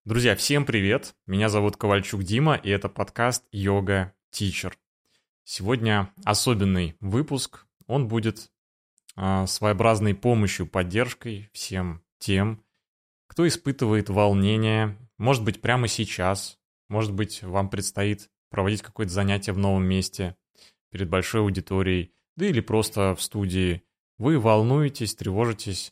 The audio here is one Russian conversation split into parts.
Друзья, всем привет! Меня зовут Ковальчук Дима, и это подкаст Yoga Teacher. Сегодня особенный выпуск. Он будет своеобразной помощью, поддержкой всем тем, кто испытывает волнение, может быть, прямо сейчас, может быть, вам предстоит проводить какое-то занятие в новом месте, перед большой аудиторией, да или просто в студии. Вы волнуетесь, тревожитесь,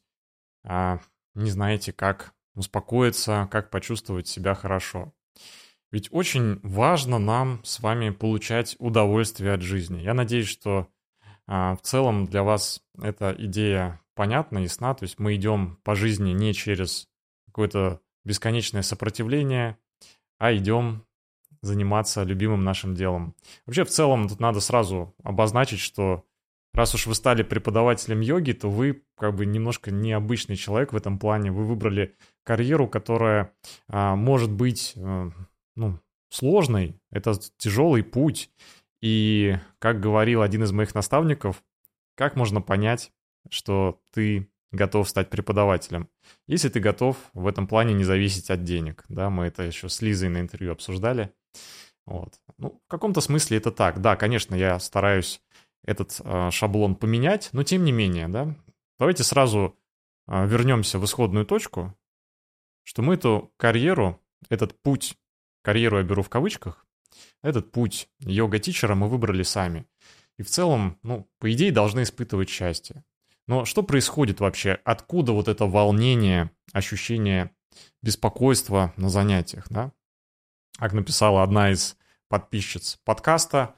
не знаете, как успокоиться, как почувствовать себя хорошо. Ведь очень важно нам с вами получать удовольствие от жизни. Я надеюсь, что в целом для вас эта идея понятна, ясна. То есть мы идем по жизни не через какое-то бесконечное сопротивление, а идем заниматься любимым нашим делом. Вообще, в целом, тут надо сразу обозначить, что раз уж вы стали преподавателем йоги, то вы как бы немножко необычный человек в этом плане. Вы выбрали карьеру, которая может быть сложной. Это тяжелый путь. И, как говорил один из моих наставников, как можно понять, что ты готов стать преподавателем, если ты готов в этом плане не зависеть от денег. Да, мы это еще с Лизой на интервью обсуждали. Вот. Ну, в каком-то смысле это так. Да, конечно, я стараюсь этот шаблон поменять, но тем не менее, да. Давайте сразу вернемся в исходную точку, что мы эту карьеру, этот путь, карьеру я беру в кавычках, этот путь йога-тичера мы выбрали сами. И в целом, по идее, должны испытывать счастье. Но что происходит вообще? Откуда вот это волнение, ощущение беспокойства на занятиях, да? Как написала одна из подписчиц подкаста,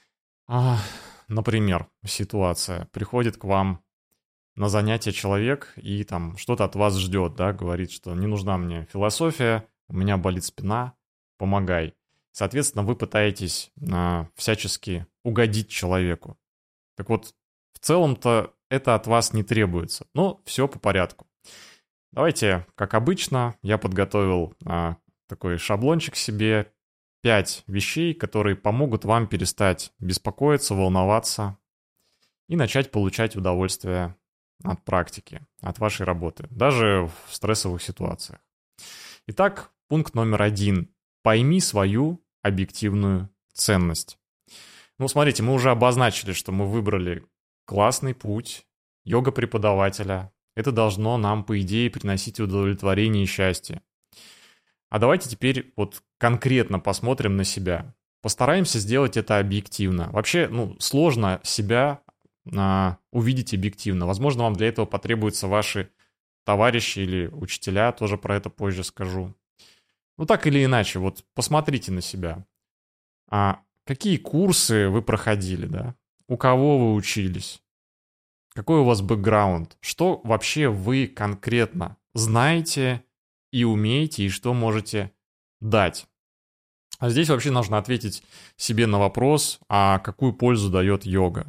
например, ситуация. Приходит к вам на занятие человек и там что-то от вас ждет, да, говорит, что не нужна мне философия, у меня болит спина, помогай. Соответственно, вы пытаетесь всячески угодить человеку. Так вот, в целом-то это от вас не требуется, но все по порядку. Давайте, как обычно, я подготовил такой шаблончик себе, 5 вещей, которые помогут вам перестать беспокоиться, волноваться и начать получать удовольствие от практики, от вашей работы, даже в стрессовых ситуациях. Итак, пункт номер 1. Пойми свою объективную ценность. Смотрите, мы уже обозначили, что мы выбрали классный путь йога-преподавателя. Это должно нам, по идее, приносить удовлетворение и счастье. А давайте теперь вот конкретно посмотрим на себя. Постараемся сделать это объективно. Вообще, сложно себя увидеть объективно. Возможно, вам для этого потребуются ваши товарищи или учителя, тоже про это позже скажу. Так или иначе, вот посмотрите на себя. Какие курсы вы проходили, да? У кого вы учились? Какой у вас бэкграунд? Что вообще вы конкретно знаете и умеете, и что можете дать? А здесь вообще нужно ответить себе на вопрос, а какую пользу дает йога?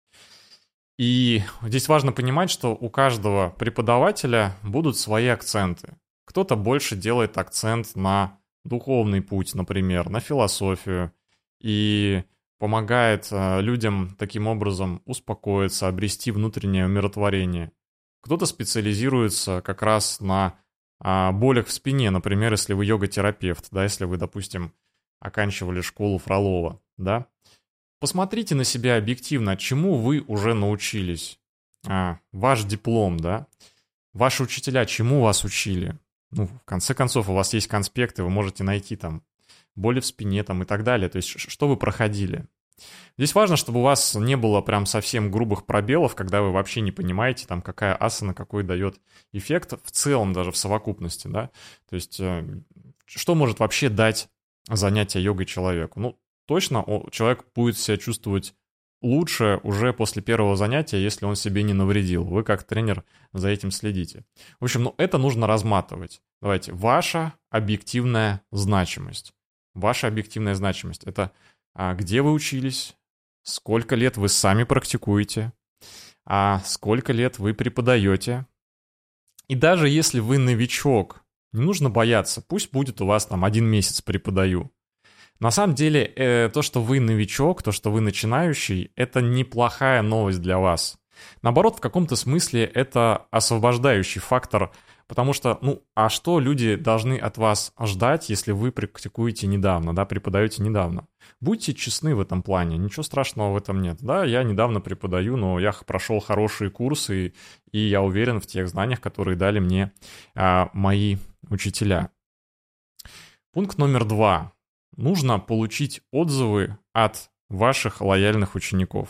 И здесь важно понимать, что у каждого преподавателя будут свои акценты. Кто-то больше делает акцент на духовный путь, например, на философию, и помогает людям таким образом успокоиться, обрести внутреннее умиротворение. Кто-то специализируется как раз на болях в спине, например, если вы йога-терапевт, да, если вы, допустим, оканчивали школу Фролова, да. Посмотрите на себя объективно, чему вы уже научились. Ваш диплом, да. Ваши учителя чему вас учили? В конце концов, у вас есть конспекты, вы можете найти там боли в спине там, и так далее. То есть, что вы проходили. Здесь важно, чтобы у вас не было прям совсем грубых пробелов, когда вы вообще не понимаете, там, какая асана, какой дает эффект в целом, даже в совокупности, да. То есть, что может вообще дать занятие йогой человеку? Точно человек будет себя чувствовать лучше уже после первого занятия, если он себе не навредил. Вы как тренер за этим следите. В общем, это нужно разматывать. Давайте, ваша объективная значимость. Ваша объективная значимость — это где вы учились, сколько лет вы сами практикуете, сколько лет вы преподаете. И даже если вы новичок, не нужно бояться, пусть будет у вас там 1 месяц преподаю. На самом деле, то, что вы новичок, то, что вы начинающий, это неплохая новость для вас. Наоборот, в каком-то смысле это освобождающий фактор Потому что, а что люди должны от вас ждать, если вы практикуете недавно, да, преподаете недавно? Будьте честны в этом плане, ничего страшного в этом нет. Да, я недавно преподаю, но я прошел хорошие курсы, и я уверен в тех знаниях, которые дали мне мои учителя. Пункт номер 2. Нужно получить отзывы от ваших лояльных учеников.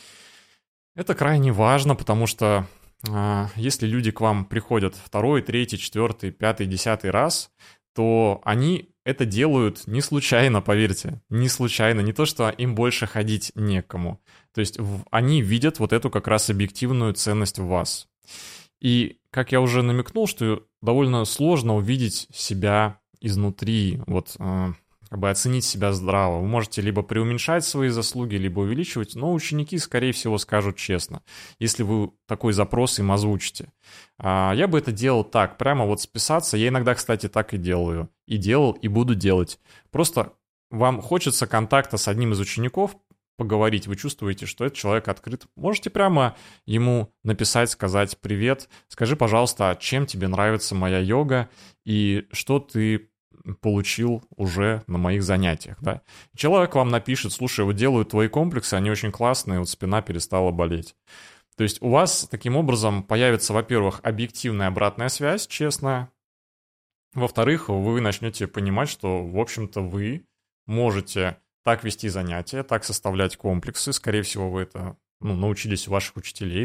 Это крайне важно, потому что если люди к вам приходят второй, третий, четвертый, пятый, десятый раз, то они это делают не случайно, поверьте, не случайно, не то, что им больше ходить некому. То есть они видят вот эту как раз объективную ценность в вас. И, как я уже намекнул, что довольно сложно увидеть себя изнутри, как бы оценить себя здраво. Вы можете либо преуменьшать свои заслуги, либо увеличивать, но ученики, скорее всего, скажут честно, если вы такой запрос им озвучите. Я бы это делал так, прямо вот списаться. Я иногда, кстати, так и делаю. И делал, и буду делать. Просто вам хочется контакта с одним из учеников, поговорить, вы чувствуете, что этот человек открыт. Можете прямо ему написать, сказать: «Привет, скажи, пожалуйста, чем тебе нравится моя йога и что ты получил уже на моих занятиях», да. Человек вам напишет: «Слушай, вот делаю твои комплексы, они очень классные, вот спина перестала болеть». То есть у вас таким образом появится, во-первых, объективная обратная связь, честная. Во-вторых, вы начнете понимать, что, в общем-то, вы можете так вести занятия, так составлять комплексы. Скорее всего, вы это научились у ваших учителей,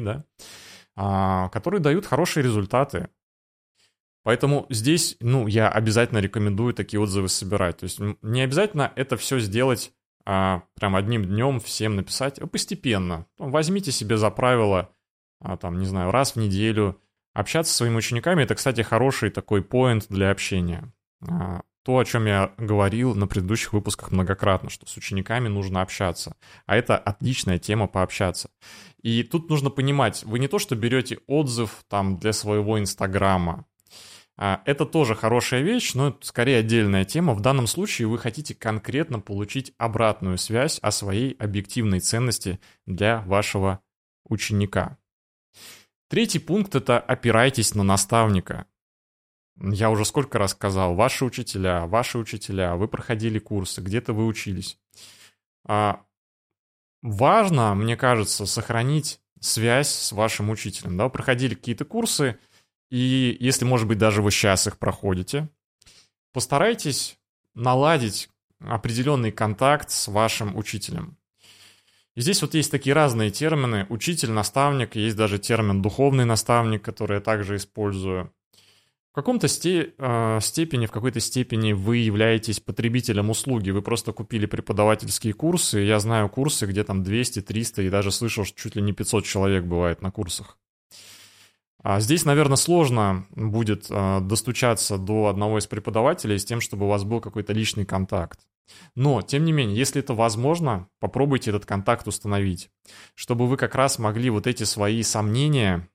да, которые дают хорошие результаты. Поэтому здесь, я обязательно рекомендую такие отзывы собирать. То есть не обязательно это все сделать прям одним днем, всем написать, а постепенно. Возьмите себе за правило, раз в неделю общаться со своими учениками. Это, кстати, хороший такой поинт для общения. То, о чем я говорил на предыдущих выпусках многократно, что с учениками нужно общаться. А это отличная тема пообщаться. И тут нужно понимать, вы не то что берете отзыв для своего Инстаграма. Это тоже хорошая вещь, но это скорее отдельная тема. В данном случае вы хотите конкретно получить обратную связь о своей объективной ценности для вашего ученика. Третий пункт — это опирайтесь на наставника. Я уже сколько раз сказал, ваши учителя, вы проходили курсы, где-то вы учились. Важно, мне кажется, сохранить связь с вашим учителем. Да? Вы проходили какие-то курсы, и если, может быть, даже вы сейчас их проходите, постарайтесь наладить определенный контакт с вашим учителем. И здесь вот есть такие разные термины: учитель, наставник, есть даже термин духовный наставник, который я также использую. В какой-то степени вы являетесь потребителем услуги. Вы просто купили преподавательские курсы. Я знаю курсы, где 200, 300 и даже слышал, что чуть ли не 500 человек бывает на курсах. Здесь, наверное, сложно будет достучаться до одного из преподавателей с тем, чтобы у вас был какой-то личный контакт. Но, тем не менее, если это возможно, попробуйте этот контакт установить, чтобы вы как раз могли вот эти свои сомнения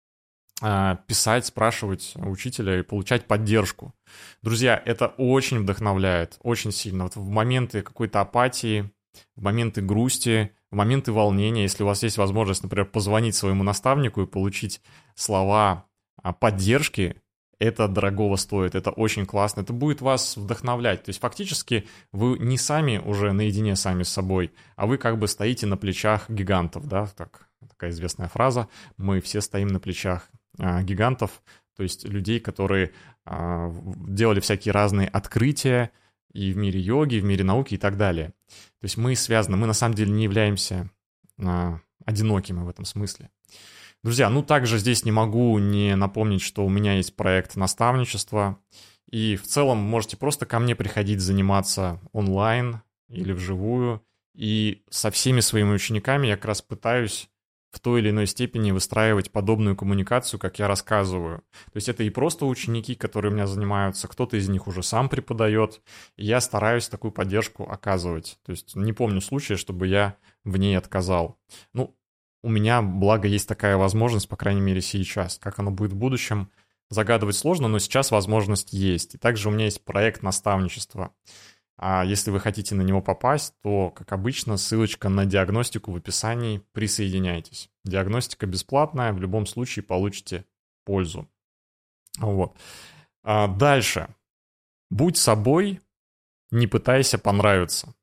писать, спрашивать учителя и получать поддержку. Друзья, это очень вдохновляет, очень сильно. Вот в моменты какой-то апатии, в моменты грусти, в моменты волнения, если у вас есть возможность, например, позвонить своему наставнику и получить слова поддержки, это дорогого стоит, это очень классно, это будет вас вдохновлять. То есть фактически вы не сами уже наедине сами с собой, а вы как бы стоите на плечах гигантов, да, такая известная фраза: мы все стоим на плечах гигантов, то есть людей, которые делали всякие разные открытия и в мире йоги, и в мире науки и так далее. То есть мы связаны, мы на самом деле не являемся одинокими в этом смысле. Друзья, также здесь не могу не напомнить, что у меня есть проект наставничества, и в целом можете просто ко мне приходить заниматься онлайн или вживую, и со всеми своими учениками я как раз пытаюсь в той или иной степени выстраивать подобную коммуникацию, как я рассказываю. То есть это и просто ученики, которые у меня занимаются, кто-то из них уже сам преподает, и я стараюсь такую поддержку оказывать. То есть не помню случая, чтобы я в ней отказал. У меня, благо, есть такая возможность, по крайней мере, сейчас. Как оно будет в будущем, загадывать сложно, но сейчас возможность есть. И также у меня есть проект наставничества. А если вы хотите на него попасть, то, как обычно, ссылочка на диагностику в описании. Присоединяйтесь. Диагностика бесплатная, в любом случае получите пользу. Вот. Дальше. Будь собой, не пытайся понравиться.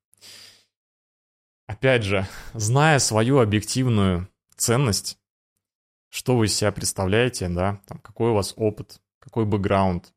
Опять же, зная свою объективную ценность, что вы из себя представляете, да, там, какой у вас опыт, какой бэкграунд,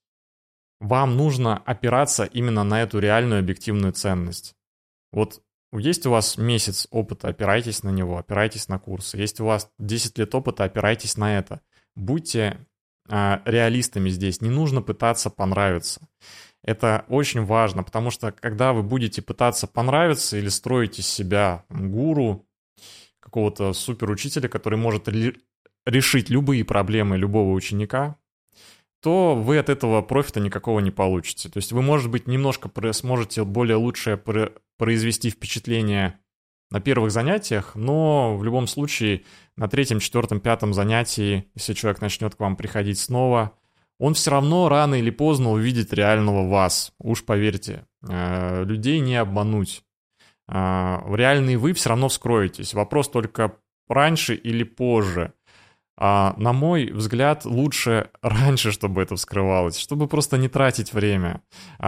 вам нужно опираться именно на эту реальную объективную ценность. Вот есть у вас месяц опыта, опирайтесь на него, опирайтесь на курсы. Есть у вас 10 лет опыта, опирайтесь на это. Будьте реалистами здесь, не нужно пытаться понравиться. Это очень важно, потому что когда вы будете пытаться понравиться или строить из себя гуру, какого-то суперучителя, который может решить любые проблемы любого ученика, то вы от этого профита никакого не получите. То есть вы, может быть, немножко сможете более лучшее произвести впечатление на первых занятиях, но в любом случае на третьем, четвертом, пятом занятии, если человек начнет к вам приходить снова, он все равно рано или поздно увидит реального вас. Уж поверьте, людей не обмануть. Реальный вы все равно вскроетесь. Вопрос только раньше или позже. На мой взгляд, лучше раньше, чтобы это вскрывалось, чтобы просто не тратить время.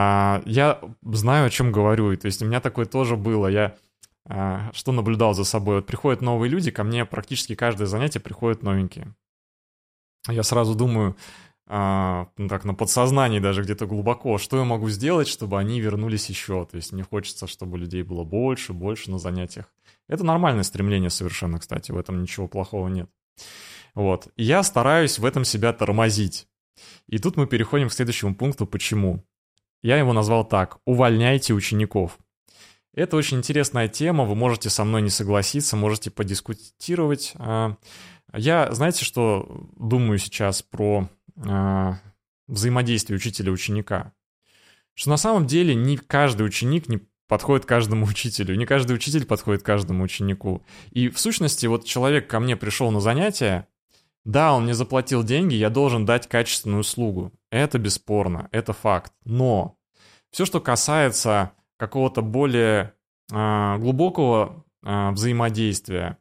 Я знаю, о чем говорю, то есть у меня такое тоже было. Я что наблюдал за собой? Вот приходят новые люди, ко мне практически каждое занятие приходят новенькие. Я сразу думаю, так на подсознании даже где-то глубоко, что я могу сделать, чтобы они вернулись еще. То есть мне хочется, чтобы людей было больше на занятиях. Это нормальное стремление совершенно, кстати, в этом ничего плохого нет. Вот. И я стараюсь в этом себя тормозить. И тут мы переходим к следующему пункту «Почему?». Я его назвал так: «Увольняйте учеников». Это очень интересная тема, вы можете со мной не согласиться, можете подискутировать. Я, знаете, что думаю сейчас про взаимодействие учителя и ученика? Что на самом деле не каждый ученик не подходит каждому учителю, не каждый учитель подходит каждому ученику. И в сущности, вот человек ко мне пришел на занятия, да, он мне заплатил деньги, я должен дать качественную услугу. Это бесспорно, это факт. Но все, что касается какого-то более глубокого взаимодействия,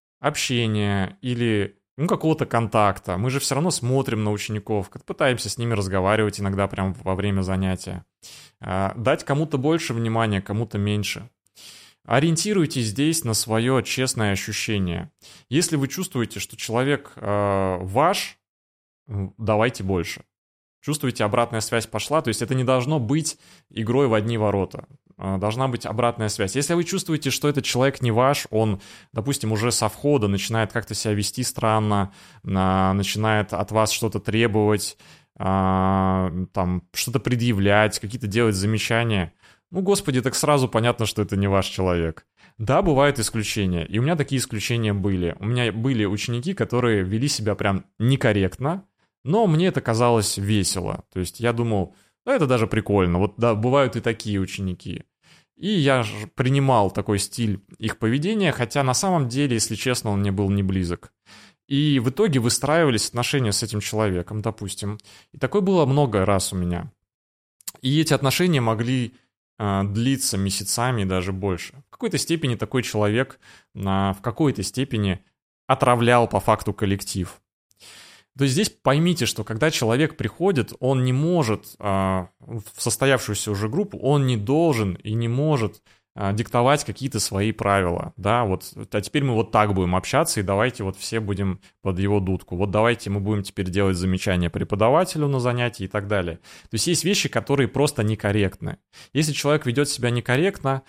общения или какого-то контакта, мы же все равно смотрим на учеников, пытаемся с ними разговаривать иногда прямо во время занятия. Дать кому-то больше внимания, кому-то меньше. Ориентируйтесь здесь на свое честное ощущение. Если вы чувствуете, что человек ваш, давайте больше. Чувствуете, обратная связь пошла, то есть это не должно быть игрой в одни ворота. Должна быть обратная связь. Если вы чувствуете, что этот человек не ваш, он, допустим, уже со входа начинает как-то себя вести странно, начинает от вас что-то требовать, там, что-то предъявлять, какие-то делать замечания, господи, так сразу понятно, что это не ваш человек. Да, бывают исключения, и у меня такие исключения были. У меня были ученики, которые вели себя прям некорректно, но мне это казалось весело. То есть я думал, это даже прикольно. Вот да, бывают и такие ученики. И я принимал такой стиль их поведения, хотя на самом деле, если честно, он мне был не близок. И в итоге выстраивались отношения с этим человеком, допустим. И такое было много раз у меня. И эти отношения могли длиться месяцами и даже больше. В какой-то степени такой человек в какой-то степени отравлял по факту коллектив. То есть здесь поймите, что когда человек приходит, он не может в состоявшуюся уже группу, он не должен и не может диктовать какие-то свои правила, да, вот, а теперь мы вот так будем общаться, и давайте вот все будем под его дудку, вот давайте мы будем теперь делать замечания преподавателю на занятии и так далее. То есть есть вещи, которые просто некорректны. Если человек ведет себя некорректно,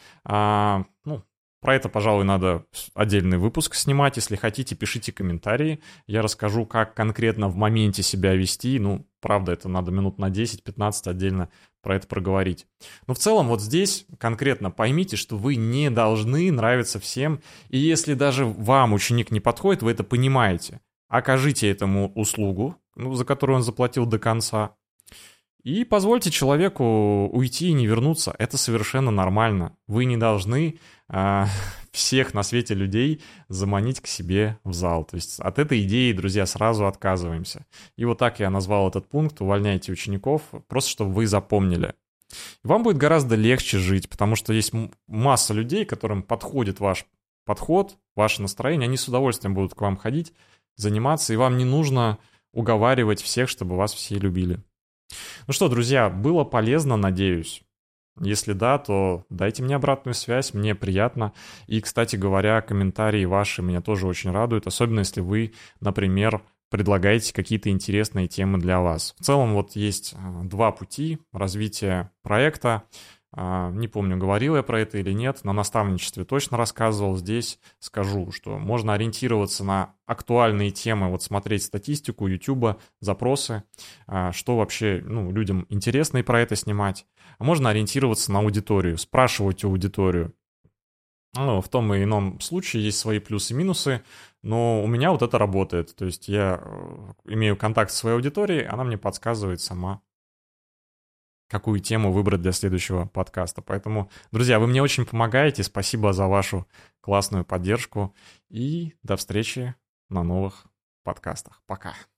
про это, пожалуй, надо отдельный выпуск снимать. Если хотите, пишите комментарии. Я расскажу, как конкретно в моменте себя вести. Правда, это надо минут на 10-15 отдельно про это проговорить. Но в целом вот здесь конкретно поймите, что вы не должны нравиться всем. И если даже вам ученик не подходит, вы это понимаете. Окажите этому услугу, за которую он заплатил до конца. И позвольте человеку уйти и не вернуться. Это совершенно нормально. Вы не должны всех на свете людей заманить к себе в зал. То есть от этой идеи, друзья, сразу отказываемся. И вот так я назвал этот пункт «Увольняйте учеников», просто чтобы вы запомнили. Вам будет гораздо легче жить, потому что есть масса людей, которым подходит ваш подход, ваше настроение. Они с удовольствием будут к вам ходить, заниматься, и вам не нужно уговаривать всех, чтобы вас все любили. Ну что, друзья, было полезно, надеюсь. Если да, то дайте мне обратную связь, мне приятно. И, кстати говоря, комментарии ваши меня тоже очень радуют, особенно если вы, например, предлагаете какие-то интересные темы для вас. В целом вот есть два пути развития проекта. Не помню, говорил я про это или нет, на наставничестве точно рассказывал. Здесь скажу, что можно ориентироваться на актуальные темы, вот смотреть статистику YouTube, запросы, что вообще людям интересно и про это снимать. А можно ориентироваться на аудиторию, спрашивать у аудиторию. В том и ином случае есть свои плюсы и минусы, но у меня вот это работает. То есть я имею контакт с своей аудиторией, она мне подсказывает сама, какую тему выбрать для следующего подкаста. Поэтому, друзья, вы мне очень помогаете. Спасибо за вашу классную поддержку. И до встречи на новых подкастах. Пока.